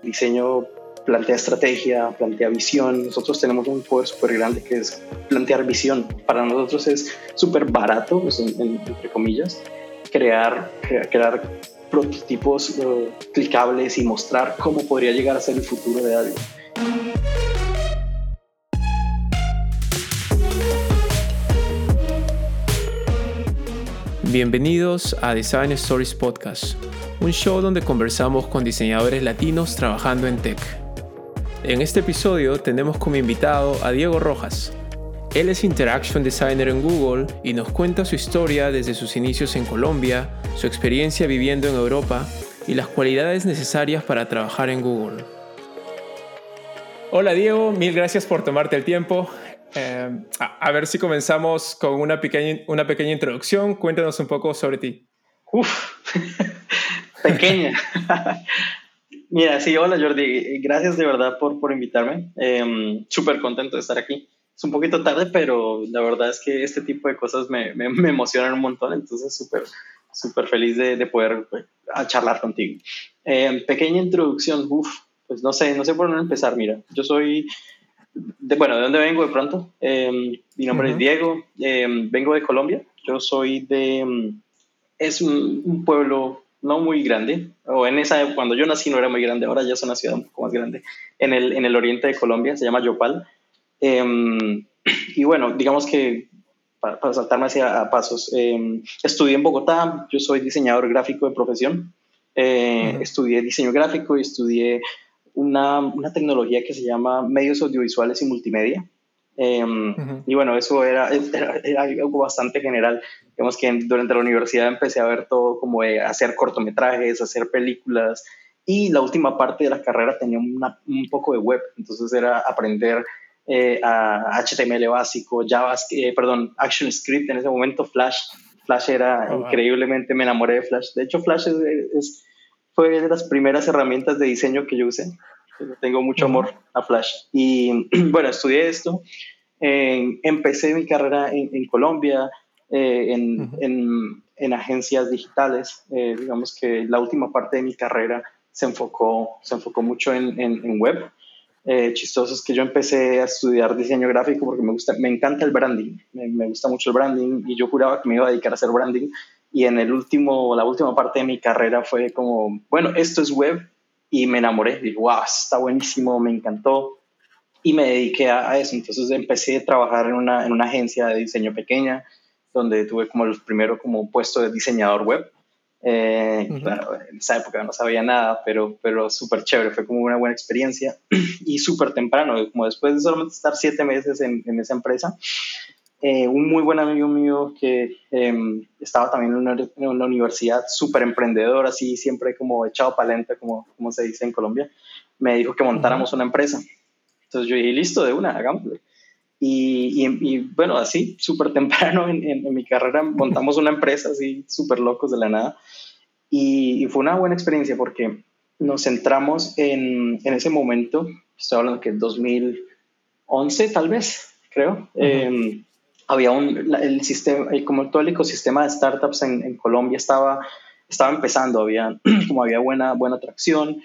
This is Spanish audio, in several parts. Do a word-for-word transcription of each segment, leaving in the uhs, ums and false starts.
diseño plantea estrategia, plantea visión. Nosotros tenemos un poder súper grande que es plantear visión. Para nosotros es súper barato, pues, en, en, entre comillas, crear, crear, crear prototipos uh, clicables y mostrar cómo podría llegar a ser el futuro de algo. Bienvenidos a Design Stories Podcast, un show donde conversamos con diseñadores latinos trabajando en tech. En este episodio tenemos como invitado a Diego Rojas. Él es Interaction Designer en Google y nos cuenta su historia desde sus inicios en Colombia, su experiencia viviendo en Europa y las cualidades necesarias para trabajar en Google. Hola Diego, mil gracias por tomarte el tiempo. Eh, a, a ver si comenzamos con una pequeña, una pequeña introducción. Cuéntanos un poco sobre ti. Uf, pequeña. Mira, sí, hola Jordi, gracias de verdad por, por invitarme. Eh, súper contento de estar aquí. Es un poquito tarde, pero la verdad es que este tipo de cosas me, me, me emocionan un montón, entonces súper súper feliz de, de poder pues, a charlar contigo. Eh, pequeña introducción, uf, pues no sé, no sé por dónde empezar. Mira, yo soy... De, bueno, ¿de dónde vengo de pronto? Eh, mi nombre uh-huh. es Diego, eh, vengo de Colombia. Yo soy de... Es un, un pueblo no muy grande, o en esa cuando yo nací no era muy grande, ahora ya es una ciudad un poco más grande, en el, en el oriente de Colombia, se llama Yopal. Eh, y bueno, digamos que para, para saltarme hacia a pasos, eh, estudié en Bogotá, yo soy diseñador gráfico de profesión, eh, uh-huh. estudié diseño gráfico y estudié Una, una tecnología que se llama medios audiovisuales y multimedia. Eh, uh-huh. Y bueno, eso era, era, era algo bastante general. Digamos que durante la universidad empecé a ver todo como de hacer cortometrajes, hacer películas, y la última parte de la carrera tenía una, un poco de web. Entonces era aprender eh, a H T M L básico, JavaScript, eh, perdón, ActionScript, en ese momento Flash. Flash era oh, increíblemente, wow. Me enamoré de Flash. De hecho, Flash es... es fue de las primeras herramientas de diseño que yo usé. Tengo mucho amor a Flash. Y bueno, estudié esto. Eh, empecé mi carrera en, en Colombia, eh, en, uh-huh. en, en agencias digitales. Eh, digamos que la última parte de mi carrera se enfocó, se enfocó mucho en, en, en web. Eh, chistoso es que yo empecé a estudiar diseño gráfico porque me, gusta, me encanta el branding. Me, me gusta mucho el branding y yo juraba que me iba a dedicar a hacer branding. Y en el último, la última parte de mi carrera fue como, bueno, esto es web, y me enamoré. Digo, wow, está buenísimo, me encantó, y me dediqué a, a eso. Entonces empecé a trabajar en una, en una agencia de diseño pequeña, donde tuve como los primeros como puesto de diseñador web. Eh, uh-huh. Claro, en esa época no sabía nada, pero, pero súper chévere, fue como una buena experiencia, y súper temprano, como después de solamente estar siete meses en, en esa empresa. Eh, un muy buen amigo mío que eh, estaba también en una, en una universidad, súper emprendedor, así siempre como echado palenta, como, como se dice en Colombia, me dijo que montáramos uh-huh. una empresa. Entonces yo dije, listo, de una, hagámoslo. Y, y, y bueno, así, súper temprano en, en, en mi carrera, montamos una empresa así, súper locos de la nada. Y, y fue una buena experiencia porque nos centramos en, en ese momento, estoy hablando que dos mil once tal vez, creo. Uh-huh. Eh, había un, el sistema, como todo el ecosistema de startups en, en Colombia estaba, estaba empezando, había, como había buena, buena atracción,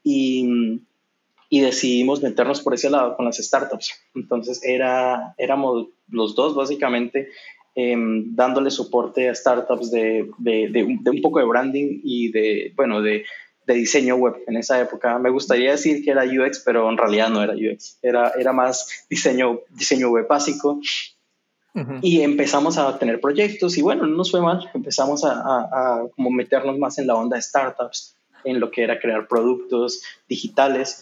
y, y decidimos meternos por ese lado con las startups. Entonces era, éramos los dos básicamente eh, dándole soporte a startups de, de, de, un, de un poco de branding y de, bueno, de, de diseño web. En esa época me gustaría decir que era U X, pero en realidad no era U X, era, era más diseño, diseño web básico. Uh-huh. Y empezamos a tener proyectos y bueno, no nos fue mal. Empezamos a, a, a como meternos más en la onda de startups, en lo que era crear productos digitales.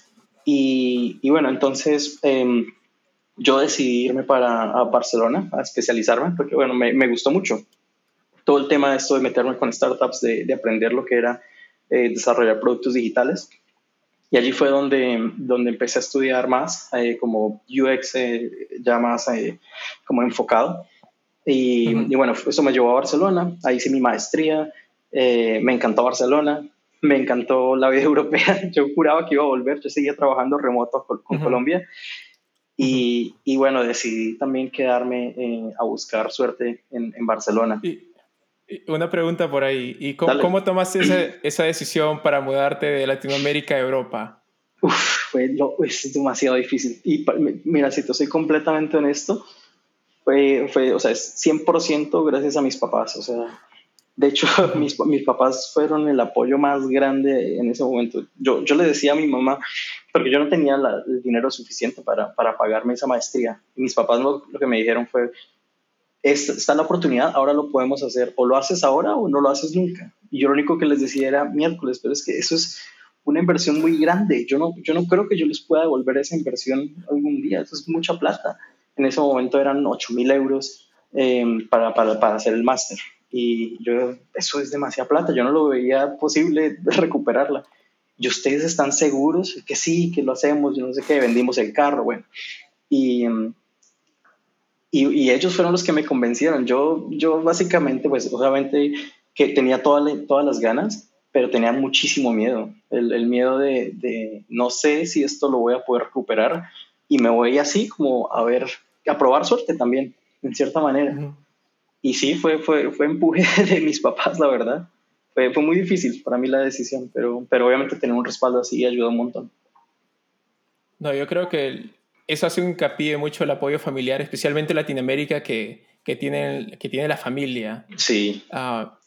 Y, y bueno, entonces eh, yo decidí irme para a Barcelona a especializarme porque bueno, me, me gustó mucho todo el tema de esto de meterme con startups, de, de aprender lo que era eh, desarrollar productos digitales. Y allí fue donde, donde empecé a estudiar más, eh, como U X, eh, ya más eh, como enfocado. Y, uh-huh. y bueno, eso me llevó a Barcelona, ahí hice mi maestría, eh, me encantó Barcelona, me encantó la vida europea, yo juraba que iba a volver, yo seguía trabajando remoto con, con uh-huh. Colombia. Y, uh-huh. y bueno, decidí también quedarme eh, a buscar suerte en, en Barcelona. Y, y una pregunta por ahí, ¿y cómo, cómo tomaste esa, esa decisión para mudarte de Latinoamérica a Europa? Uf, fue lo, es demasiado difícil. Y pa- mira, si te soy completamente honesto, fue, fue, o sea, es cien por ciento gracias a mis papás. O sea, de hecho, Ujú. mis, mis papás fueron el apoyo más grande en ese momento. Yo, yo le decía a mi mamá, porque yo no tenía la- el dinero suficiente para, para pagarme esa maestría. Y mis papás lo, lo que me dijeron fue, "Es- está la oportunidad, ahora lo podemos hacer. O lo haces ahora o no lo haces nunca". Y yo lo único que les decía era miércoles, pero es que eso es una inversión muy grande. Yo no, yo no creo que yo les pueda devolver esa inversión algún día. Eso es mucha plata. En ese momento eran ocho mil euros eh, para, para, para hacer el máster. Y yo, eso es demasiada plata. Yo no lo veía posible recuperarla. Y ustedes están seguros que sí, que lo hacemos. Yo no sé qué, vendimos el carro, bueno. Y, mm, y, y ellos fueron los que me convencieron. Yo, yo básicamente, pues obviamente que tenía toda la- todas las ganas, pero tenía muchísimo miedo. El, el miedo de, de no sé si esto lo voy a poder recuperar y me voy así como a ver, a probar suerte también, en cierta manera. Ujú. Y sí, fue, fue, fue empuje de mis papás, la verdad. Fue, fue muy difícil para mí la decisión, pero, pero obviamente tener un respaldo así ayudó un montón. No, yo creo que el- eso hace un hincapié mucho el apoyo familiar, especialmente en Latinoamérica, que, que, tiene, que tiene la familia. Sí, Ah,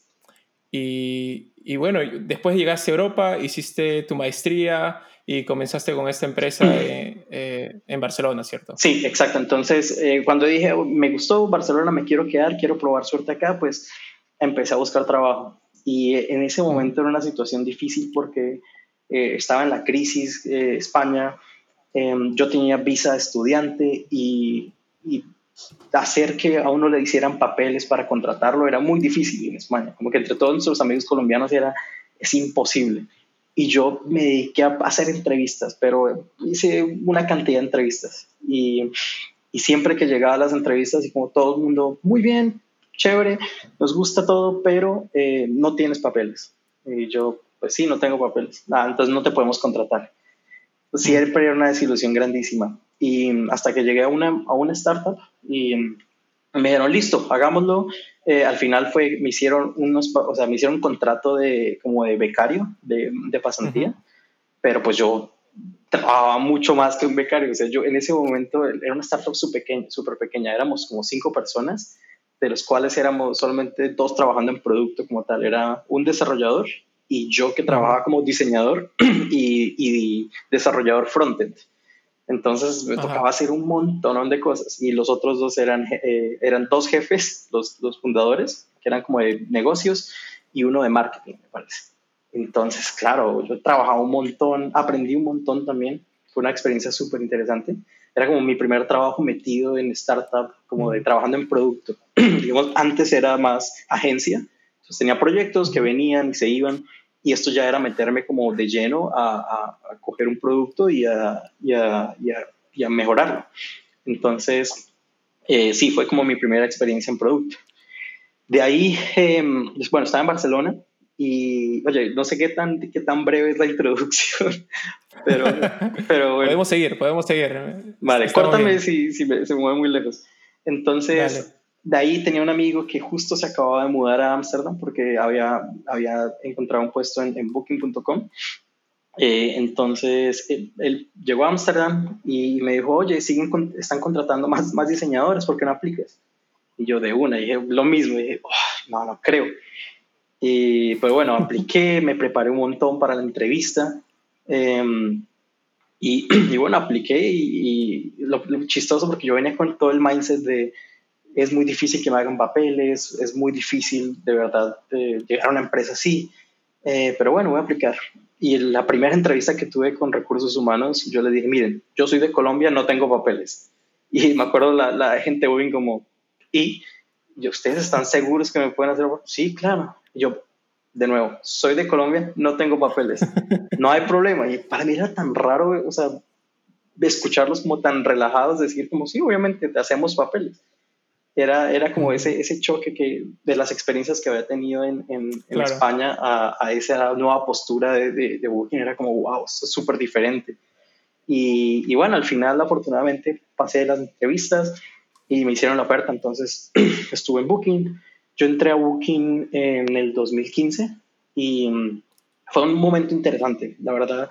y, y bueno, después llegaste a Europa, hiciste tu maestría y comenzaste con esta empresa eh, eh, en Barcelona, ¿cierto? sí, exacto. Entonces, eh, cuando dije, "Oh, me gustó Barcelona, me quiero quedar, quiero probar suerte acá", pues empecé a buscar trabajo. Y eh, en ese Ujú. momento era una situación difícil porque eh, estaba en la crisis eh, España, eh, yo tenía visa de estudiante y, y hacer que a uno le hicieran papeles para contratarlo era muy difícil en España. Como que entre todos nuestros amigos colombianos era, es imposible. Y yo me dediqué a hacer entrevistas, pero hice una cantidad de entrevistas. Y, y siempre que llegaba a las entrevistas, y como todo el mundo, muy bien, chévere, nos gusta todo, pero eh, no tienes papeles. Y yo, pues sí, no tengo papeles. Ah, entonces no te podemos contratar. Pues Mm. siempre era una desilusión grandísima. Y hasta que llegué a una, a una startup y me dijeron, listo, hagámoslo. Eh, al final fue, me hicieron unos, o sea, me hicieron un contrato de, como de becario, de, de Ujú. pasantía, pero pues yo trabajaba mucho más que un becario. O sea, yo en ese momento era una startup súper pequeña, súper pequeña, éramos como cinco personas, de los cuales éramos solamente dos trabajando en producto como tal. Era un desarrollador y yo que Ujú. trabajaba como diseñador y, y desarrollador frontend. Entonces me tocaba Ajá. hacer un montón de cosas y los otros dos eran, eh, eran dos jefes, los, los fundadores, que eran como de negocios y uno de marketing, me parece. Entonces, claro, yo trabajaba un montón, aprendí un montón también, fue una experiencia súper interesante. Era como mi primer trabajo metido en startup, como de Mm. trabajando en producto. Digamos, antes era más agencia, entonces tenía proyectos que Ujú. venían y se iban, y esto ya era meterme como de lleno a, a, a coger un producto y a, y a, y a, y a mejorarlo. Entonces, eh, sí, fue como mi primera experiencia en producto. De ahí, eh, bueno, estaba en Barcelona y, oye, no sé qué tan, qué tan breve es la introducción, pero, pero bueno, Podemos seguir, podemos seguir. vale, Estamos córtame bien. si, si me, se mueve muy lejos. Entonces, Dale. de ahí tenía un amigo que justo se acababa de mudar a Ámsterdam porque había, había encontrado un puesto en, en booking punto com. Eh, entonces, él, él llegó a Ámsterdam y me dijo, oye, siguen con, están contratando más, más diseñadores, ¿por qué no aplicas? Y yo de una, dije lo mismo, dije, oh, no, no creo. Y pues bueno, apliqué, me preparé un montón para la entrevista. Eh, y, y, bueno, apliqué y, y lo, lo, chistoso porque yo venía con todo el mindset de es muy difícil que me hagan papeles, es muy difícil de verdad eh, llegar a una empresa así, eh, pero bueno, voy a aplicar. Y la primera entrevista que tuve con recursos humanos, yo le dije, miren, yo soy de Colombia, no tengo papeles. Y me acuerdo la, la gente joven como, ¿y ¿y ustedes están seguros que me pueden hacer? Sí, claro. Y yo, de nuevo, soy de Colombia, no tengo papeles. No hay problema. Y para mí era tan raro, o sea, de escucharlos como tan relajados, decir como, sí, obviamente, te hacemos papeles. Era, era como Ujú. ese, ese choque que, de las experiencias que había tenido en, en, en Claro. España a, a esa nueva postura de, de, de Booking. Era como, wow, esto es súper diferente. Y, y bueno, al final, afortunadamente, pasé las entrevistas y me hicieron la oferta. Entonces, estuve en Booking. Yo entré a Booking en el dos mil quince y mm, fue un momento interesante. La verdad,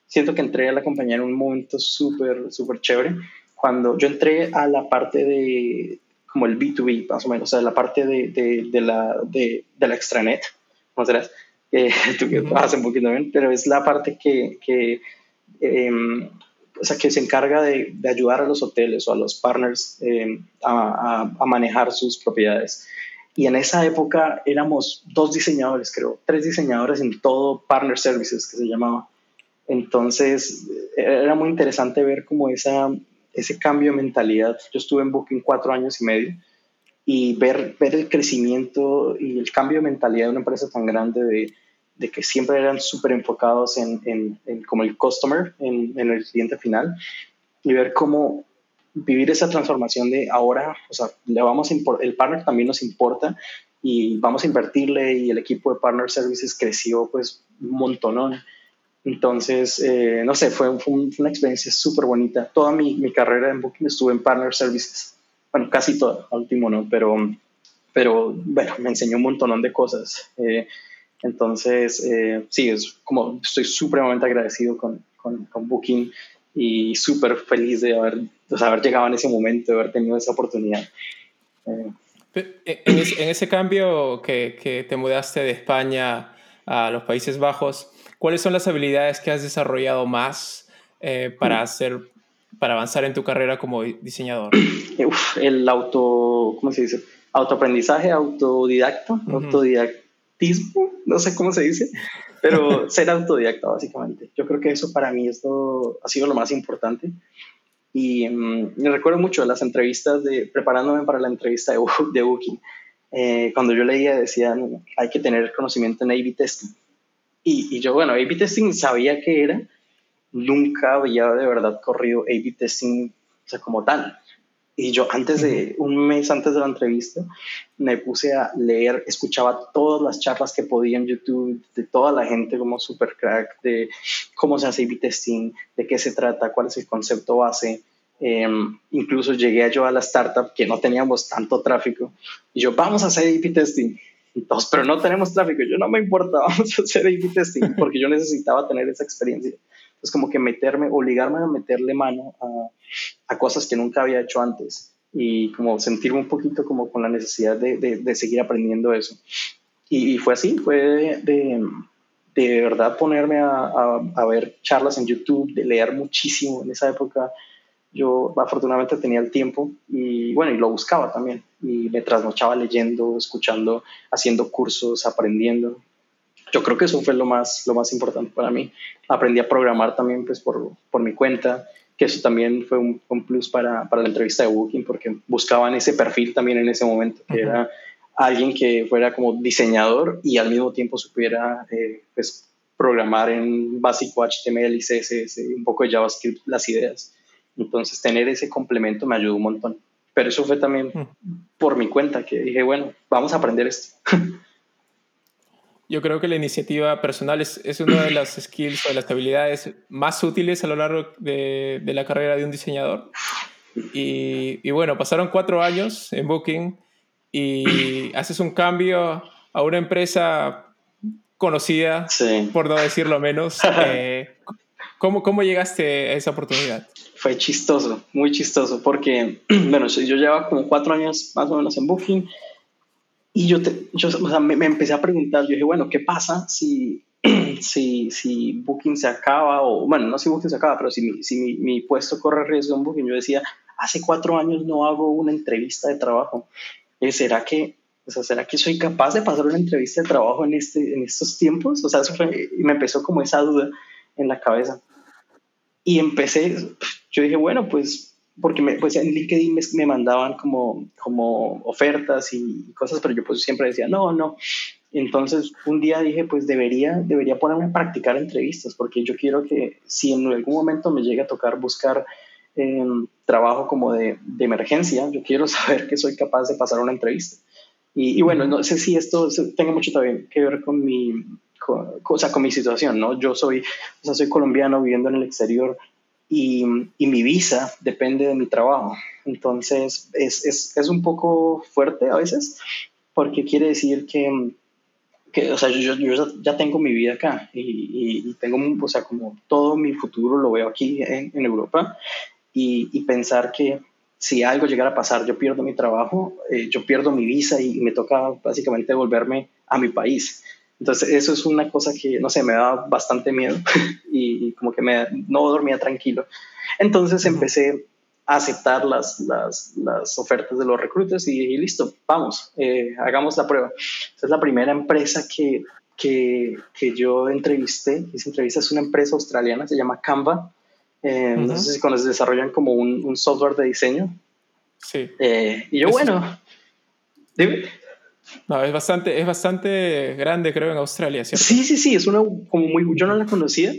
siento que entré a la compañía en un momento súper, súper chévere. Cuando yo entré a la parte de, como el B dos B, más o menos, o sea, la parte de, de, de la, de, de la extranet, ¿cómo serás? Eh, tú que Ujú. trabajas un poquito bien, pero es la parte que, que eh, o sea, que se encarga de, de ayudar a los hoteles o a los partners eh, a, a, a manejar sus propiedades. Y en esa época éramos dos diseñadores, creo, tres diseñadores en todo Partner Services, que se llamaba. Entonces, era muy interesante ver como esa, ese cambio de mentalidad. Yo estuve en Booking cuatro años y medio y ver, ver el crecimiento y el cambio de mentalidad de una empresa tan grande de, de que siempre eran súper enfocados en, en, en, como el customer, en, en el cliente final, y ver cómo vivir esa transformación de ahora, o sea, le vamos a import- el partner también nos importa y vamos a invertirle, y el equipo de Partner Services creció pues un montonón. Entonces, eh, no sé, fue, fue, un, fue una experiencia súper bonita. Toda mi, mi carrera en Booking estuve en Partner Services. Bueno, casi toda, al último no, pero, pero bueno, me enseñó un montón de cosas. Eh, entonces, eh, sí, es como estoy supremamente agradecido con, con, con Booking y súper feliz de haber, de haber llegado en ese momento, de haber tenido esa oportunidad. Eh, Pe- En ese, en ese cambio que, que te mudaste de España a los Países Bajos, ¿cuáles son las habilidades que has desarrollado más eh, para hacer, para avanzar en tu carrera como di- diseñador? uf, el auto, ¿cómo se dice? Autoaprendizaje, autodidacta, Ujú. autodidactismo, no sé cómo se dice, pero ser autodidacta básicamente. Yo creo que eso para mí esto ha sido lo más importante. Y um, me recuerdo mucho de las entrevistas, de preparándome para la entrevista de, de Booking. Eh, cuando yo leía decían hay que tener conocimiento en A B testing. Y, y yo, bueno, A B testing sabía que era, nunca había de verdad corrido A B testing, o sea, como tal. Y yo antes Ujú. de, un mes antes de la entrevista, me puse a leer, escuchaba todas las charlas que podía en YouTube, de toda la gente como super crack, de cómo se hace A B testing, de qué se trata, cuál es el concepto base. Eh, incluso llegué yo a la startup que no teníamos tanto tráfico. Y yo, vamos a hacer A B testing. Entonces, pero no tenemos tráfico. Yo, no me importa, vamos a hacer A B testing, porque yo necesitaba tener esa experiencia. Entonces, como que meterme, obligarme a meterle mano a a cosas que nunca había hecho antes, y como sentirme un poquito como con la necesidad de, de, de seguir aprendiendo eso. Y, y fue así, fue de, de, de verdad ponerme a, a, a ver charlas en YouTube, de leer muchísimo. En esa época yo afortunadamente tenía el tiempo y bueno, y lo buscaba también. Y me trasnochaba leyendo, escuchando, haciendo cursos, aprendiendo. Yo creo que eso fue lo más, lo más importante para mí. Aprendí a programar también pues por, por mi cuenta, que eso también fue un, un plus para, para la entrevista de Booking, porque buscaban ese perfil también en ese momento, que Ujú. era alguien que fuera como diseñador y al mismo tiempo supiera eh, pues, programar en básico H T M L y C S S, un poco de JavaScript, las ideas. Entonces tener ese complemento me ayudó un montón. Pero eso fue también Mm. por mi cuenta, que dije, bueno, vamos a aprender esto. Yo creo que la iniciativa personal es, es una de las skills o de las habilidades más útiles a lo largo de, de la carrera de un diseñador. Y, y bueno, pasaron cuatro años en Booking y haces un cambio a una empresa conocida, Sí. por no decirlo menos. Eh, ¿cómo, ¿Cómo llegaste a esa oportunidad? Fue chistoso, muy chistoso, porque, bueno, yo llevaba como cuatro años más o menos en Booking y yo, te, yo o sea, me, me empecé a preguntar, yo dije, bueno, ¿qué pasa si, si, si Booking se acaba? O, bueno, no si Booking se acaba, pero si, mi, si mi, mi puesto corre riesgo en Booking. Yo decía, hace cuatro años no hago una entrevista de trabajo. Eh, ¿Será que, o sea, ¿será que soy capaz de pasar una entrevista de trabajo en, este, en estos tiempos? O sea, eso fue, y me empezó como esa duda en la cabeza. Y empecé, yo dije, bueno, pues, porque me, pues en LinkedIn me, me mandaban como, como ofertas y cosas, pero yo pues siempre decía, no, no. Entonces un día dije, pues debería, debería ponerme a practicar entrevistas, porque yo quiero que si en algún momento me llegue a tocar buscar eh, trabajo como de, de emergencia, yo quiero saber que soy capaz de pasar una entrevista. Y, y bueno, Ujú. no sé si esto tenga mucho también que ver con mi, con, o sea, con mi situación, ¿no? Yo soy, o sea, soy colombiano viviendo en el exterior y, y mi visa depende de mi trabajo. Entonces es, es, es un poco fuerte a veces, porque quiere decir que que, o sea, yo, yo ya, ya tengo mi vida acá y, y, y tengo, o sea, como todo mi futuro lo veo aquí en, en Europa y, y pensar que si algo llegara a pasar, yo pierdo mi trabajo, eh, yo pierdo mi visa y, y me toca básicamente volverme a mi país. Entonces eso es una cosa que, no sé, me da bastante miedo y, y como que me, no dormía tranquilo. Entonces Ujú. empecé a aceptar las, las, las ofertas de los recruiters y, y listo, vamos, eh, hagamos la prueba. Esa es la primera empresa que, que, que yo entrevisté. Esa entrevista es una empresa australiana, se llama Canva. Eh, no Ujú. sé si cuando se desarrollan como un, un software de diseño. Sí. Eh, y yo, Eso es, bueno, dime. no, es bastante, es bastante grande, creo, en Australia, ¿cierto? Sí, sí, sí, es una como muy, yo no Ujú. la conocía.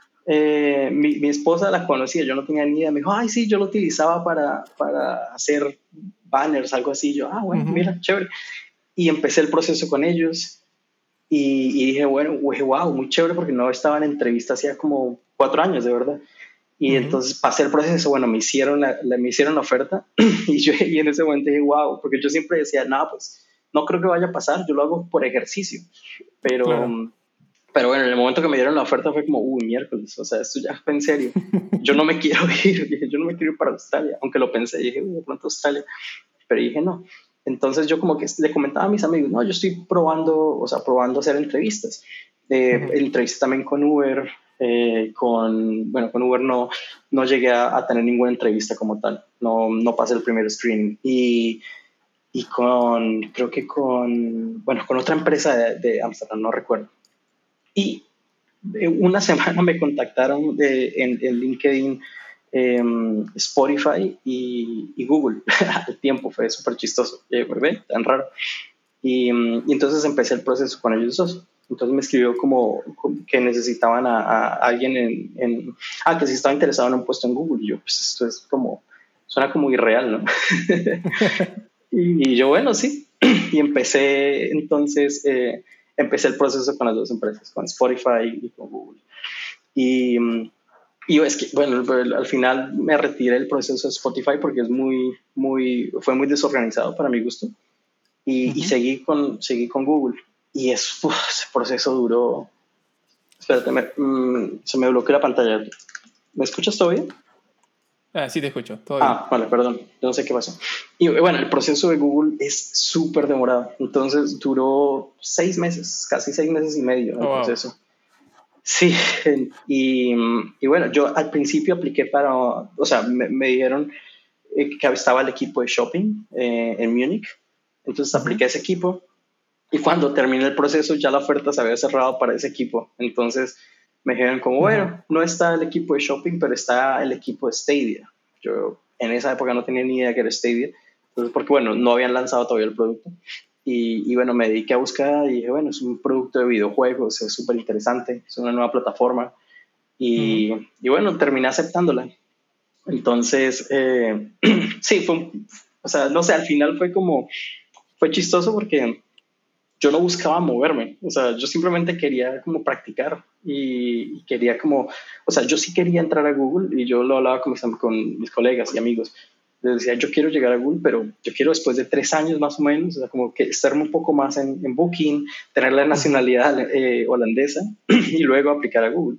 Eh, mi, mi esposa la conocía, yo no tenía ni idea. Me dijo, ay, sí, yo lo utilizaba para, para hacer banners, algo así. Yo, ah, bueno, Ujú. mira, chévere. Y empecé el proceso con ellos y, y dije, bueno, wow, muy chévere porque no estaba en entrevista hacía como cuatro años, de verdad. Y Ujú. entonces pasé el proceso, bueno, me hicieron la, la- me hicieron la oferta y yo y en ese momento dije, wow, porque yo siempre decía, no, pues no creo que vaya a pasar, yo lo hago por ejercicio, pero, Claro. pero bueno, en el momento que me dieron la oferta fue como, uy, miércoles, o sea, esto ya fue en serio, yo no me quiero ir, dije, yo no me quiero ir para Australia, aunque lo pensé, dije, uy, de pronto Australia, pero dije, no. Entonces yo como que le comentaba a mis amigos, no, yo estoy probando, o sea, probando hacer entrevistas. Eh, Ujú. entrevisté también con Uber, eh, con, bueno, con Uber no, no llegué a, a, tener ninguna entrevista como tal, no, no pasé el primer screening. Y, y con, creo que con, bueno, con otra empresa de, de Amsterdam, no recuerdo. Y eh, una semana me contactaron de, en, en LinkedIn, eh, Spotify y, y Google. Al tiempo fue súper chistoso. Eh, ¿Ve? Tan raro. Y, y entonces empecé el proceso con ellos dos. Entonces me escribió como, como que necesitaban a, a alguien en, en, ah, que si estaba interesado en un puesto en Google. Y yo, pues esto es como, suena como irreal, ¿no? y, y yo, bueno, sí. Y empecé entonces, eh, empecé el proceso con las dos empresas, con Spotify y con Google. Y, y es que, bueno, al final me retiré del proceso de Spotify porque es muy, muy, fue muy desorganizado para mi gusto. Y, y Ujú. seguí, con, seguí con Google. Y es, uf, ese proceso duró. Espérate, me, mm, se me bloqueó la pantalla. ¿Me escuchas todavía? Ah, sí te escucho, todo bien. Ah, vale, perdón, yo no sé qué pasó. Y bueno, el proceso de Google es súper demorado. Entonces duró seis meses, casi seis meses y medio Oh, el wow. proceso. Sí, y, y bueno, yo al principio apliqué para, o sea, me, me dijeron eh, que estaba el equipo de shopping eh, en Múnich, entonces Ujú. apliqué a ese equipo y cuando terminé el proceso ya la oferta se había cerrado para ese equipo, entonces me dijeron como, Ujú. bueno, no está el equipo de shopping, pero está el equipo de Stadia. Yo en esa época no tenía ni idea que era Stadia, entonces porque bueno, no habían lanzado todavía el producto. Y, y, bueno, me dediqué a buscar y dije, bueno, es un producto de videojuegos, es súper interesante, es una nueva plataforma. Ujú. Y, y bueno, terminé aceptándola. Entonces, eh, sí, fue un, o sea, no sé, al final fue como, fue chistoso porque yo no buscaba moverme, o sea, yo simplemente quería como practicar y, y quería como, o sea, yo sí quería entrar a Google y yo lo hablaba con mis, con mis colegas y amigos. Les decía, yo quiero llegar a Google, pero yo quiero después de tres años más o menos, o sea, como que estarme un poco más en, en Booking, tener la Ujú. nacionalidad eh, holandesa y luego aplicar a Google.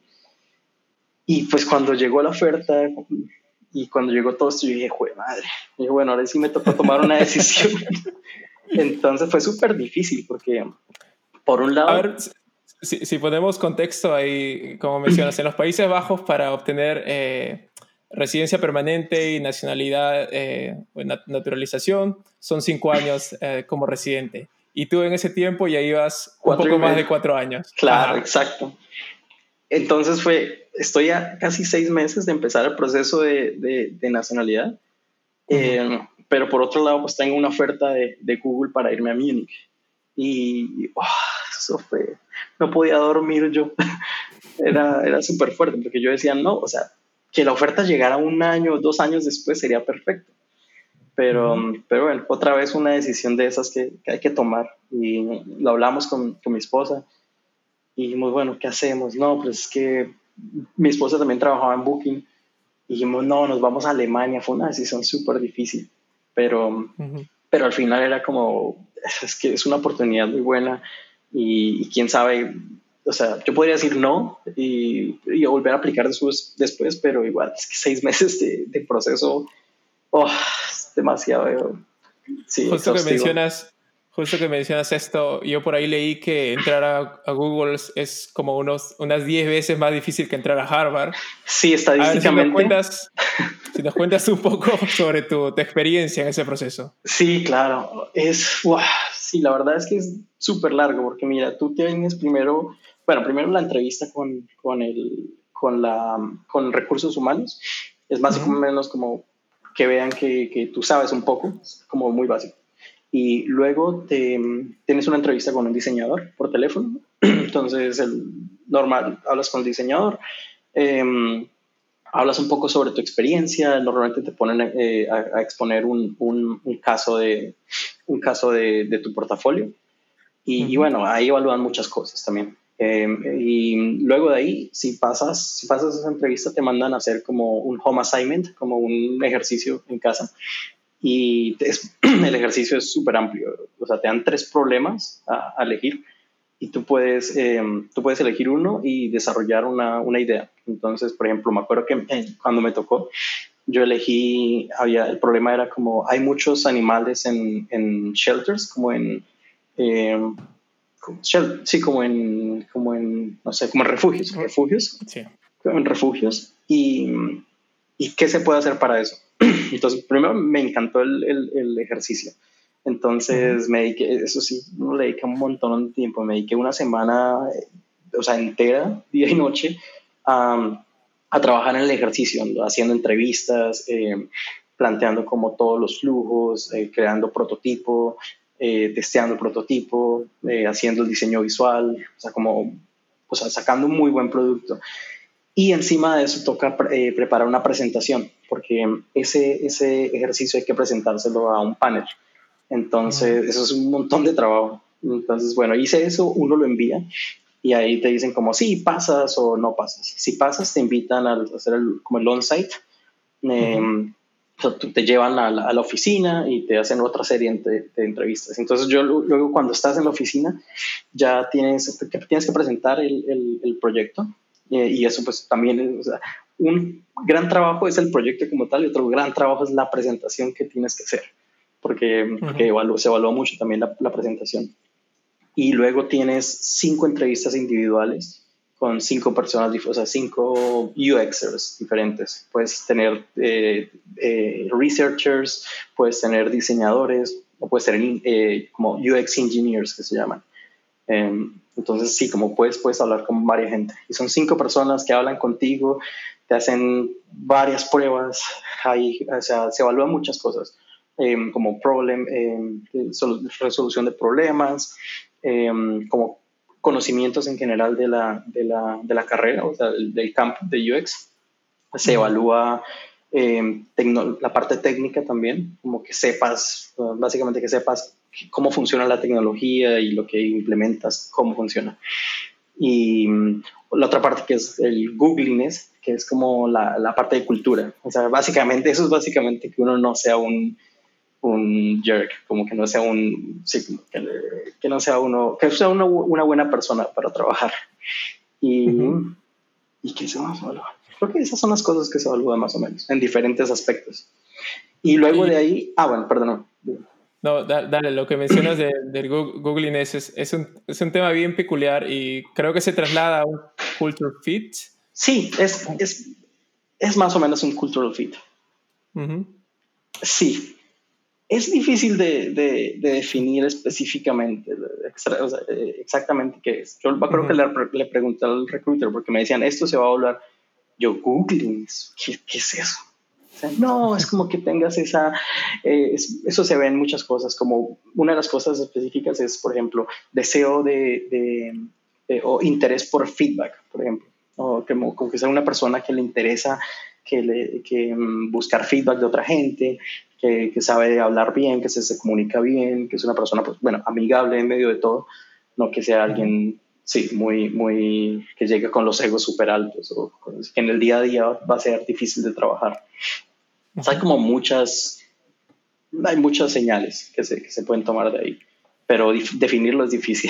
Y pues cuando llegó la oferta y cuando llegó todo esto, yo dije, jue madre. Y dije, bueno, ahora sí me tocó tomar una decisión. Entonces fue súper difícil porque, por un A lado, ver, si, si ponemos contexto ahí, como mencionas, en los Países Bajos para obtener eh, residencia permanente y nacionalidad eh, o nat- naturalización son cinco años eh, como residente. Y tú en ese tiempo ya ibas un cuatro y poco más medio. de cuatro años. Claro, Ajá. exacto. Entonces fue, estoy a casi seis meses de empezar el proceso de, de, de nacionalidad. Ujú. Eh, pero por otro lado, pues tengo una oferta de, de Google para irme a Múnich. Y oh, eso fue, no podía dormir yo. Era, era súper fuerte porque yo decía, no, o sea, que la oferta llegara un año, dos años después sería perfecto. Pero, Ujú. pero bueno, otra vez una decisión de esas que, que hay que tomar. Y lo hablamos con, con mi esposa y dijimos, bueno, ¿qué hacemos? No, pues es que mi esposa también trabajaba en Booking. Y dijimos, no, nos vamos a Alemania. Fue una decisión súper difícil. Pero, Ujú. pero al final era como, es que es una oportunidad muy buena y, y quién sabe, o sea, yo podría decir no y, y volver a aplicar después, después, pero igual es que seis meses de, de proceso, oh, es demasiado, sí, Justo que exhaustivo. mencionas, justo que mencionas esto, yo por ahí leí que entrar a, a Google es, es como unos, unas diez veces más difícil que entrar a Harvard. Sí, A ver si nos estadísticamente. cuentas, si nos cuentas un poco sobre tu, tu experiencia en ese proceso. Sí, claro. Es, ¡guau! Sí, la verdad es que es súper largo porque mira, tú tienes primero, bueno, primero la entrevista con, con, el, con, la, con recursos humanos. Es más o Ujú. menos como que vean que, que tú sabes un poco, es como muy básico. Y luego te, tienes una entrevista con un diseñador por teléfono. Entonces, el normal, hablas con el diseñador. Eh, Hablas un poco sobre tu experiencia, normalmente te ponen eh, a, a, exponer un, un, un caso, de, un caso de, de tu portafolio y, y, Ujú. bueno, ahí evalúan muchas cosas también. Eh, y luego de ahí, si pasas, si pasas esa entrevista, te mandan a hacer como un home assignment, como un ejercicio en casa y es, el ejercicio es súper amplio, o sea, te dan tres problemas a, a elegir y tú puedes, eh, tú puedes elegir uno y desarrollar una, una idea. Entonces, por ejemplo, me acuerdo que eh, cuando me tocó, yo elegí, había, el problema era como, hay muchos animales en, en shelters, como en, eh, como, sí, como en, como en, no sé, como en refugios, Ru- refugios, Sí. como en refugios, y, y qué se puede hacer para eso. Entonces, primero me encantó el, el, el ejercicio. Ujú. Entonces, me dediqué, eso sí, no le dediqué un montón de tiempo, me dediqué una semana, eh, o sea, entera, día y noche, a, a trabajar en el ejercicio, haciendo entrevistas, eh, planteando como todos los flujos, eh, creando prototipo, eh, testeando el prototipo, eh, haciendo el diseño visual, o sea, como, o sea, sacando un muy buen producto. Y encima de eso toca eh, preparar una presentación, porque ese, ese ejercicio hay que presentárselo a un panel. Mm. Entonces, eso es un montón de trabajo. Entonces, bueno, hice eso, uno lo envía y ahí te dicen como sí, pasas o no pasas. Si pasas, te invitan a hacer el, como el on-site. Eh, Ujú. o sea, te llevan a la, a la, oficina y te hacen otra serie de, de entrevistas. Entonces, yo luego cuando estás en la oficina, ya tienes, tienes que presentar el, el, el proyecto eh, y eso pues también, o sea, un gran trabajo es el proyecto como tal y otro gran trabajo es la presentación que tienes que hacer, porque, porque Ujú. evalúa, se evalúa mucho también la, la presentación. Y luego tienes cinco entrevistas individuales con cinco personas, o sea, cinco U Xers diferentes. Puedes tener eh, eh, researchers, puedes tener diseñadores, o puedes tener eh, como U X engineers que se llaman. Eh, entonces, sí, como puedes, puedes hablar con varias gente. Y son cinco personas que hablan contigo, te hacen varias pruebas, hay, o sea, se evalúan muchas cosas, eh, como problem, eh, resolución de problemas, eh, como conocimientos en general de la, de la, de la carrera, o sea, del, del campo de U X. Se Ujú. evalúa eh, tecno, la parte técnica también, como que sepas, básicamente que sepas cómo funciona la tecnología y lo que implementas, cómo funciona. Y um, la otra parte que es el Googliness, que es como la, la parte de cultura. O sea, básicamente, eso es básicamente que uno no sea un, un jerk, como que no sea un, sí, como que, que no sea uno, que sea una, una buena persona para trabajar. Y, Ujú. ¿y qué se más evalúa? Creo que esas son las cosas que se evalúan más o menos, en diferentes aspectos. Y luego de Y ahí, ah, bueno, perdón. no, da- dale, lo que mencionas de, del Goog- Googliness es, es, un, es un tema bien peculiar y creo que se traslada a un culture fit. Sí, es, es, es más o menos un cultural fit. Ujú. Sí, es difícil de, de, de definir específicamente, extra, o sea, eh, exactamente qué es. Yo creo que Ujú. le, le pregunté al recruiter porque me decían, esto se va a hablar. Yo, Googling, ¿qué, qué es eso? O sea, no, es como que tengas esa, eh, es, eso se ve en muchas cosas, como una de las cosas específicas es, por ejemplo, deseo de, de, de o interés por feedback, por ejemplo, o como, como que sea una persona que le interesa que, le, que um, buscar feedback de otra gente, que, que sabe hablar bien, que se, se comunica bien, que es una persona, pues, bueno, amigable en medio de todo, no que sea Ujú. alguien, sí, muy, muy, que llegue con los egos súper altos o que en el día a día va a ser difícil de trabajar. O sea, hay Ujú. como muchas, hay muchas señales que se, que se pueden tomar de ahí. pero dif- definirlo es difícil.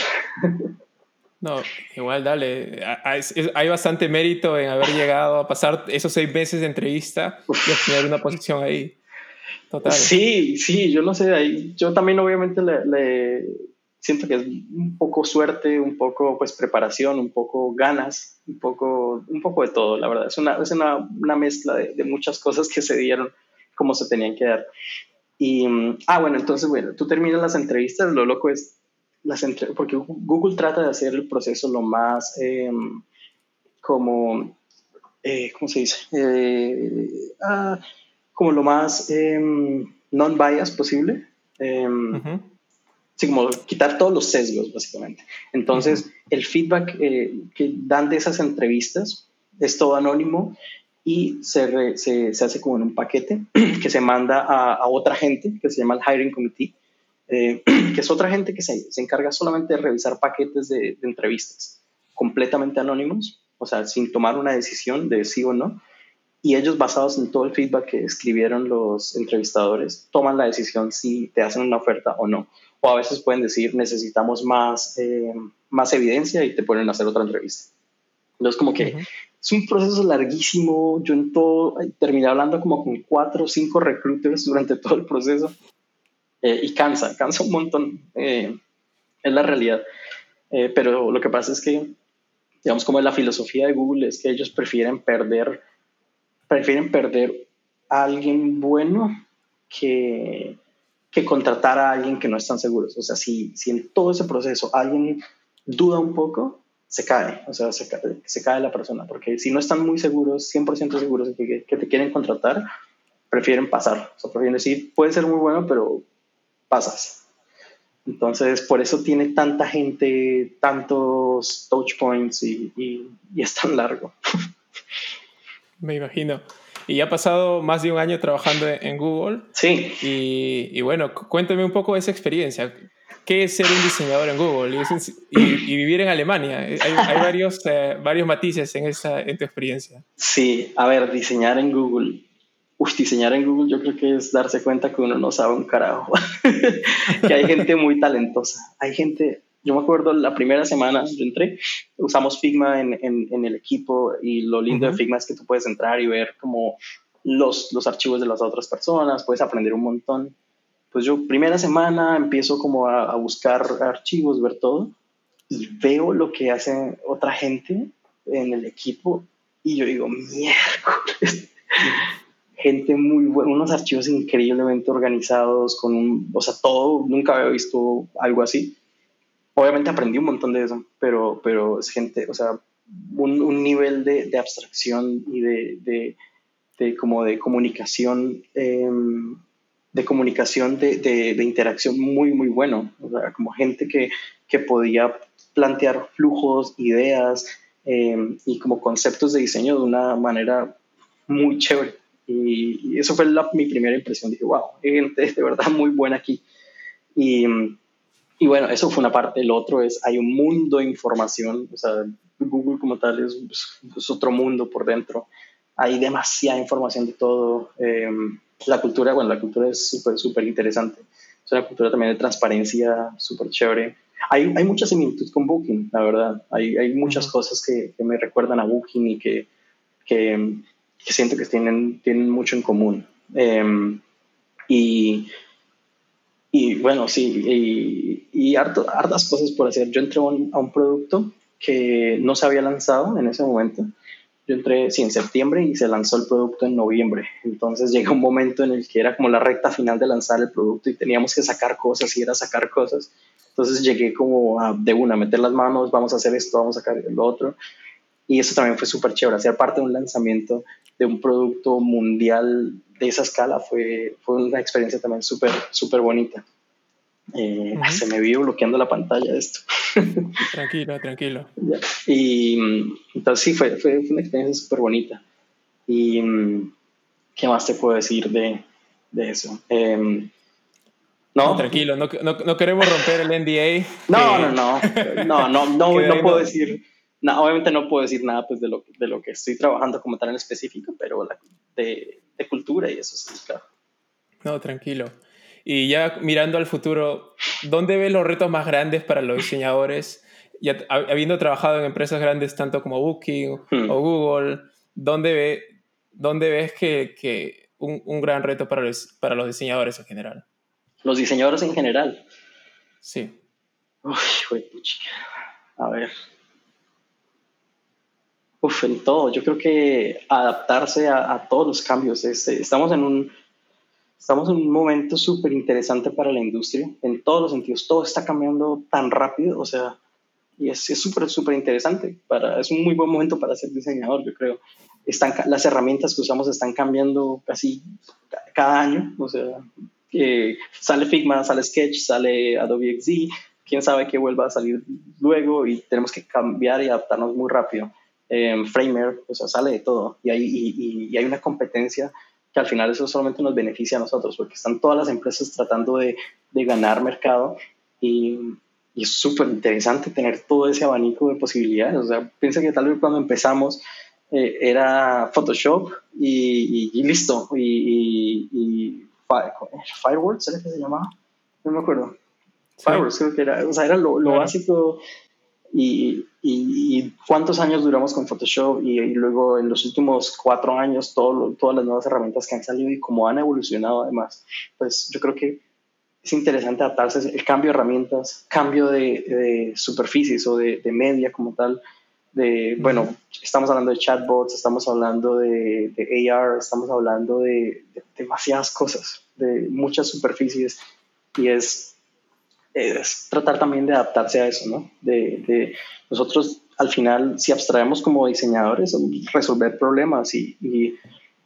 No, igual dale. Hay, hay bastante mérito en haber llegado a pasar esos seis meses de entrevista y obtener una posición ahí. Total. Sí, sí, yo no sé, ahí, yo también obviamente le, le siento que es un poco suerte, un poco pues preparación, un poco ganas, un poco, un poco de todo, la verdad. Es una, es una, una mezcla de, de muchas cosas que se dieron como se tenían que dar. Y, mm, ah, bueno, entonces, bueno, tú terminas las entrevistas, lo loco es, las entre, porque Google trata de hacer el proceso lo más eh, como, eh, ¿cómo se dice? Eh, ah, como lo más eh, non-bias posible. Eh, Uh-huh. sí, como quitar todos los sesgos, básicamente. Entonces, Uh-huh. el feedback eh, que dan de esas entrevistas es todo anónimo y se, re, se, se hace como en un paquete que se manda a, a otra gente que se llama el Hiring Committee, eh, que es otra gente que se, se encarga solamente de revisar paquetes de, de entrevistas completamente anónimos, o sea, sin tomar una decisión de sí o no. Y ellos, basados en todo el feedback que escribieron los entrevistadores, toman la decisión si te hacen una oferta o no. O a veces pueden decir, necesitamos más, eh, más evidencia y te ponen a hacer otra entrevista. Entonces, como que Uh-huh. es un proceso larguísimo. Yo en todo terminé hablando como con cuatro o cinco recruiters durante todo el proceso. Eh, y cansa, cansa un montón. Eh, es la realidad. Eh, pero lo que pasa es que, digamos, como la filosofía de Google es que ellos prefieren perder prefieren perder a alguien bueno que, que contratar a alguien que no están seguros. O sea, si, si en todo ese proceso alguien duda un poco, se cae, o sea, se cae, se cae la persona, porque si no están muy seguros, cien por ciento seguros de que, que te quieren contratar, prefieren pasar. O sea, prefieren decir, puede ser muy bueno, pero pasas. Entonces, por eso tiene tanta gente, tantos touch points y, y, y es tan largo. Me imagino. Y ya ha pasado más de un año trabajando en Google. Sí. Y, y bueno, cuéntame un poco de esa experiencia. ¿Qué es ser un diseñador en Google y, y, y vivir en Alemania? Hay, hay varios, eh, varios matices en, esa, en tu experiencia. Sí, a ver, diseñar en Google. Uf, diseñar en Google yo creo que es darse cuenta que uno no sabe un carajo. Que hay gente muy talentosa. Hay gente, yo me acuerdo la primera semana yo entré, usamos Figma en, en, en el equipo y lo lindo de Uh-huh. Figma es que tú puedes entrar y ver como los, los archivos de las otras personas, puedes aprender un montón. Pues yo primera semana empiezo como a, a buscar archivos, ver todo y veo lo que hace otra gente en el equipo y yo digo, miércoles, gente muy buena, unos archivos increíblemente organizados, con un, o sea, todo, nunca había visto algo así. Obviamente aprendí un montón de eso, pero, pero es gente, o sea, un, un nivel de, de abstracción y de, de, de, como de comunicación, eh, de comunicación, de, de, de interacción muy, muy bueno. O sea, como gente que, que podía plantear flujos, ideas eh, y como conceptos de diseño de una manera muy chévere. Y, y eso fue la, mi primera impresión. Dije, wow, hay gente de verdad muy buena aquí. Y, y bueno, eso fue una parte. El otro es, hay un mundo de información. O sea, Google como tal es, es otro mundo por dentro. Hay demasiada información de todo. Eh, la cultura, bueno, la cultura es súper, súper interesante. Es una cultura también de transparencia súper chévere. Hay, hay mucha similitud con Booking, la verdad. Hay, hay muchas Uh-huh. cosas que, que me recuerdan a Booking y que, que, que siento que tienen, tienen mucho en común. Eh, y, y bueno, sí, y, y harto, hartas cosas por hacer. Yo entré a un, a un producto que no se había lanzado en ese momento. Yo entré, sí, en septiembre y se lanzó el producto en noviembre. Entonces llegó un momento en el que era como la recta final de lanzar el producto y teníamos que sacar cosas y era sacar cosas. Entonces llegué como a, de una, meter las manos, vamos a hacer esto, vamos a sacar lo otro. Y eso también fue súper chévere. Hacer parte de un lanzamiento de un producto mundial de esa escala fue, fue una experiencia también súper, súper bonita. Eh, Uh-huh. se me vio bloqueando la pantalla esto. Tranquilo, tranquilo. Ya. Y entonces sí, fue, fue, fue una experiencia súper bonita. Y ¿qué más te puedo decir de, de eso? Eh, No, no, tranquilo, no, no, no queremos romper el N D A no, no, que, no, no, no, no, que de no ahí puedo no. decir, no, obviamente no puedo decir nada pues, de, lo, de lo que estoy trabajando como tal en específico, pero la, de, de cultura y eso sí, claro. No, tranquilo. Y ya mirando al futuro, ¿dónde ves los retos más grandes para los diseñadores? Ya habiendo trabajado en empresas grandes tanto como Booking Hmm. o Google, ¿dónde, ve, dónde ves que, que un, un gran reto para los, para los diseñadores en general? Los diseñadores en general. Sí. Uf, güey, a ver. Uf, en todo. Yo creo que adaptarse a, a todos los cambios. Este, estamos en un Estamos en un momento súper interesante para la industria, en todos los sentidos. Todo está cambiando tan rápido, o sea, y es súper, súper interesante. Para, es un muy buen momento para ser diseñador, yo creo. Están, las herramientas que usamos están cambiando casi cada año, o sea, eh, sale Figma, sale Sketch, sale Adobe X D, quién sabe qué vuelva a salir luego y tenemos que cambiar y adaptarnos muy rápido. Eh, Framer, o sea, sale de todo y hay, y, y hay una competencia que al final eso solamente nos beneficia a nosotros, porque están todas las empresas tratando de, de ganar mercado y, y es súper interesante tener todo ese abanico de posibilidades. O sea, piensa que tal vez cuando empezamos eh, era Photoshop y, y, y listo, y, y, y Fireworks, ¿era que se llamaba? No me acuerdo. Sí. Fireworks creo que era, o sea, era lo, lo claro. básico. Y, y, y cuántos años duramos con Photoshop y, y luego en los últimos cuatro años todo lo, todas las nuevas herramientas que han salido y cómo han evolucionado además, pues yo creo que es interesante adaptarse, el cambio de herramientas, cambio de, de superficies o de, de media como tal, de, uh-huh. bueno, estamos hablando de chatbots, estamos hablando de, de A R, estamos hablando de, de demasiadas cosas, de muchas superficies y es es tratar también de adaptarse a eso, ¿no? De, de nosotros, al final, si abstraemos como diseñadores, resolver problemas y, y,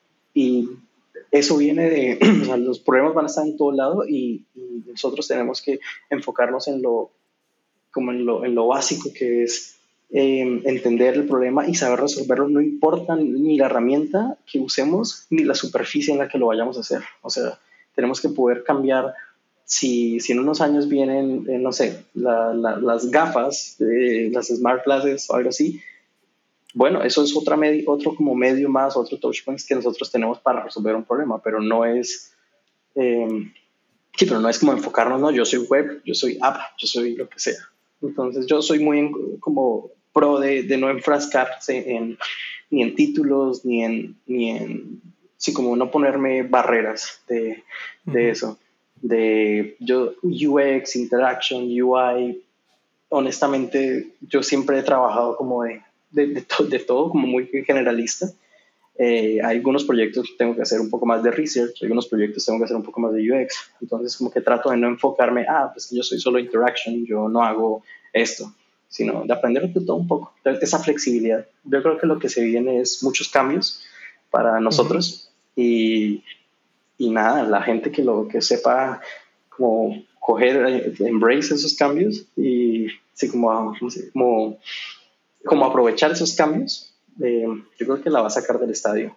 y eso viene de, o sea, los problemas van a estar en todo lado y, y nosotros tenemos que enfocarnos en lo, como en lo, en lo básico que es eh, entender el problema y saber resolverlo. No importa ni la herramienta que usemos ni la superficie en la que lo vayamos a hacer. O sea, tenemos que poder cambiar. Si, si en unos años vienen, eh, no sé, la, la, las gafas, eh, las smart glasses o algo así, bueno, eso es otra medi- otro como medio más, otro touchpoints que nosotros tenemos para resolver un problema, pero no es, eh, sí, pero no es como enfocarnos, no, yo soy web, yo soy app, yo soy lo que sea. Entonces yo soy muy en, como pro de, de no enfrascarse en, ni en títulos, ni en, ni en, sí, como no ponerme barreras de, de uh-huh. eso. De yo U X, Interaction, U I, honestamente yo siempre he trabajado como de, de, de, to, de todo, como muy generalista. Eh, hay algunos proyectos que tengo que hacer un poco más de research, algunos proyectos tengo que hacer un poco más de U X, entonces como que trato de no enfocarme, ah, pues yo soy solo Interaction, yo no hago esto, sino de aprender de todo un poco, esa flexibilidad. Yo creo que lo que se viene es muchos cambios para nosotros uh-huh. y Y nada, la gente que lo que sepa como coger, embrace esos cambios y sí, como, como, como aprovechar esos cambios, eh, yo creo que la va a sacar del estadio.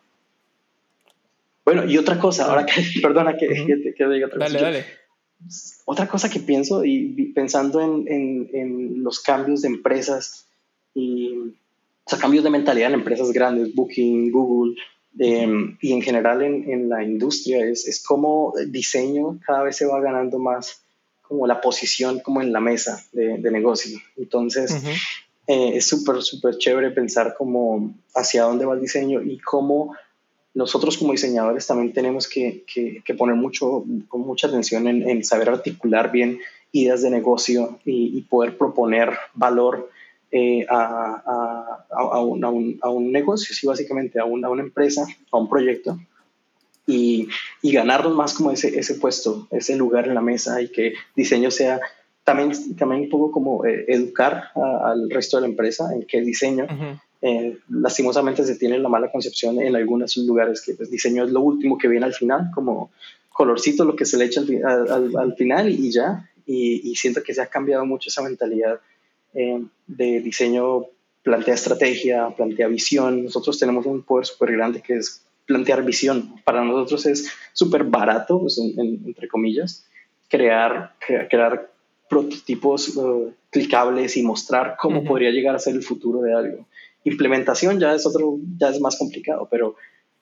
Bueno, y otra cosa, ahora que, perdona que, uh-huh. que, te, que diga otra dale, cosa. Dale, yo, otra cosa que pienso y pensando en, en, en los cambios de empresas y o sea, cambios de mentalidad en empresas grandes, Booking, Google, Eh, y en general en, en la industria es, es como el diseño cada vez se va ganando más como la posición como en la mesa de, de negocio. Entonces uh-huh. eh, es súper súper chévere pensar como hacia dónde va el diseño y cómo nosotros como diseñadores también tenemos que, que, que poner mucho, con mucha atención en, en saber articular bien ideas de negocio y, y poder proponer valor Eh, a, a, a, un, a, un, a un negocio, sí, básicamente a, un, a una empresa, a un proyecto y, y ganarnos más como ese, ese puesto, ese lugar en la mesa y que diseño sea también, también un poco como eh, educar a, al resto de la empresa en que diseño, uh-huh. eh, lastimosamente se tiene la mala concepción en algunos lugares que pues, diseño es lo último que viene al final, como colorcito lo que se le echa al, al, al final y ya, y, y siento que se ha cambiado mucho esa mentalidad Eh, de diseño, plantea estrategia, plantea visión. Nosotros tenemos un poder súper grande que es plantear visión. Para nosotros es súper barato, pues, en, en, entre comillas, crear, cre- crear prototipos uh, clicables y mostrar cómo uh-huh. podría llegar a ser el futuro de algo. Implementación ya es otro, ya es más complicado, pero,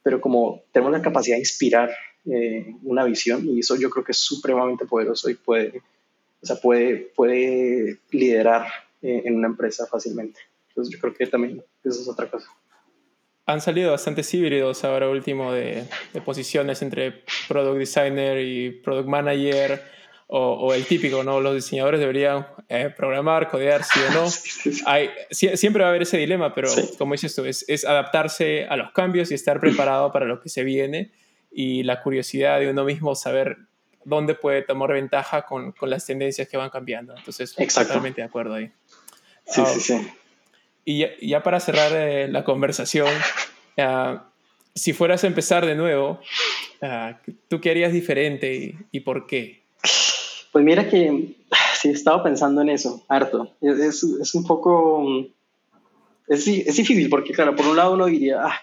pero como tenemos la capacidad de inspirar eh, una visión, y eso yo creo que es supremamente poderoso y puede, o sea, puede, puede liderar eh, en una empresa fácilmente. Entonces yo creo que también eso es otra cosa. Han salido bastantes híbridos ahora último de, de posiciones entre Product Designer y Product Manager, o, o el típico, ¿no? Los diseñadores deberían eh, programar, codear, sí o no. Sí, sí, sí. Hay, sí, siempre va a haber ese dilema, pero sí. como dices tú, es, es adaptarse a los cambios y estar preparado para lo que se viene, y la curiosidad de uno mismo saber dónde puede tomar ventaja con, con las tendencias que van cambiando. Entonces, Exacto. Totalmente de acuerdo ahí. Sí, uh, sí, sí. Y ya, ya para cerrar eh, la conversación, uh, si fueras a empezar de nuevo, uh, ¿tú qué harías diferente y, y por qué? Pues mira que sí he estado pensando en eso, harto. Es, es, es un poco... Es, es difícil porque, claro, por un lado uno diría, ah,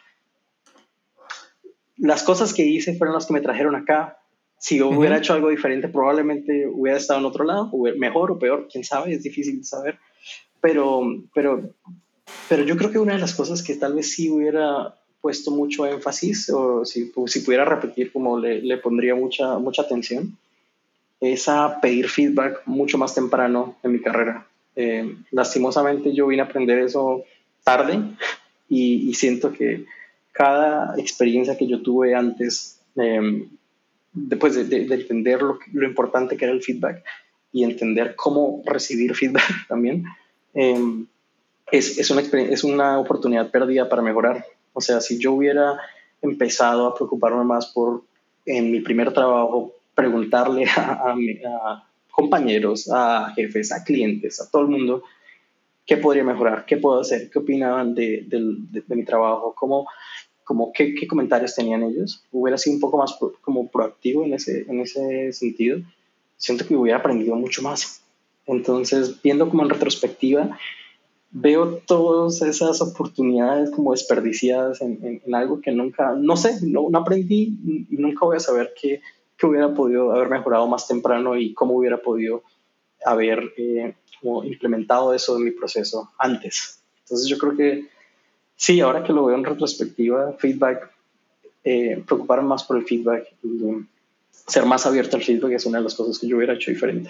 las cosas que hice fueron las que me trajeron acá. Si yo hubiera uh-huh. hecho algo diferente, probablemente hubiera estado en otro lado, mejor o peor, quién sabe, es difícil de saber. Pero, pero, pero yo creo que una de las cosas que tal vez sí hubiera puesto mucho énfasis, o si, si pudiera repetir, como le, le pondría mucha, mucha atención, es a pedir feedback mucho más temprano en mi carrera. Eh, lastimosamente yo vine a aprender eso tarde y, y siento que cada experiencia que yo tuve antes, eh, después de, de, de entender lo, lo importante que era el feedback y entender cómo recibir feedback también, eh, es, es, una es una oportunidad perdida para mejorar. O sea, si yo hubiera empezado a preocuparme más por, en mi primer trabajo, preguntarle a, a, a compañeros, a jefes, a clientes, a todo el mundo, qué podría mejorar, qué puedo hacer, qué opinaban de, de, de, de mi trabajo, cómo, cómo, qué, qué comentarios tenían ellos, hubiera sido un poco más pro, como proactivo en ese, en ese sentido, siento que hubiera aprendido mucho más. Entonces, viendo como en retrospectiva, veo todas esas oportunidades como desperdiciadas en, en, en algo que nunca, no sé, no, no aprendí y nunca voy a saber qué, qué hubiera podido haber mejorado más temprano y cómo hubiera podido haber eh, como implementado eso en mi proceso antes. Entonces yo creo que sí, ahora que lo veo en retrospectiva, feedback, eh, preocuparme más por el feedback y um, ser más abierto al feedback es una de las cosas que yo hubiera hecho diferente.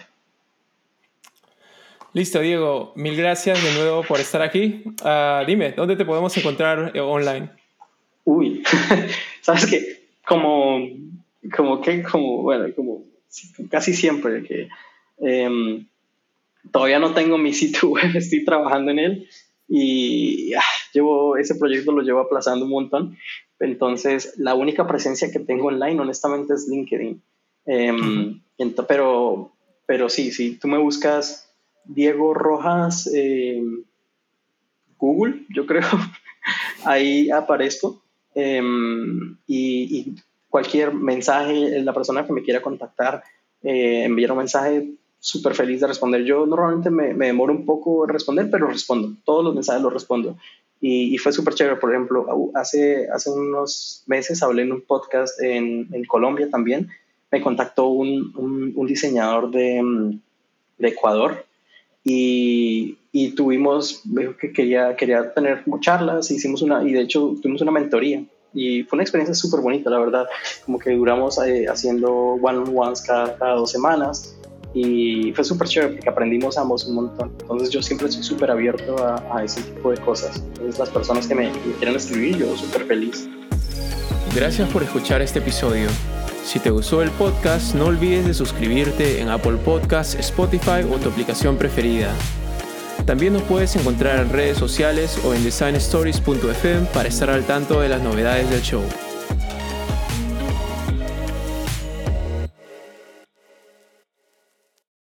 Listo, Diego. Mil gracias de nuevo por estar aquí. Uh, dime, ¿dónde te podemos encontrar eh, online? Uy, ¿sabes qué? Como, como que, como, bueno, como casi siempre que eh, todavía no tengo mi sitio web, estoy trabajando en él y ah, llevo, ese proyecto lo llevo aplazando un montón. Entonces, la única presencia que tengo online, honestamente, es LinkedIn. Eh, uh-huh. ent- pero, pero sí, si tú me buscas Diego Rojas, eh, Google, yo creo, ahí aparezco. Eh, y, y cualquier mensaje, la persona que me quiera contactar, eh, enviar un mensaje, súper feliz de responder. Yo normalmente me, me demoro un poco en responder, pero respondo. Todos los mensajes los respondo. Y, y fue súper chévere. Por ejemplo, hace, hace unos meses hablé en un podcast en, en Colombia también. Me contactó un, un, un diseñador de, de Ecuador. Y, y tuvimos, dijo que quería, quería tener como charlas, hicimos una, y de hecho tuvimos una mentoría, y fue una experiencia súper bonita, la verdad, como que duramos eh, haciendo one-on-ones cada, cada dos semanas, y fue súper chévere porque aprendimos ambos un montón. Entonces yo siempre estoy súper abierto a, a ese tipo de cosas. Entonces las personas que me, que me quieran escribir, yo súper feliz. Gracias por escuchar este episodio. Si te gustó el podcast, no olvides de suscribirte en Apple Podcasts, Spotify o tu aplicación preferida. También nos puedes encontrar en redes sociales o en design stories punto f m para estar al tanto de las novedades del show.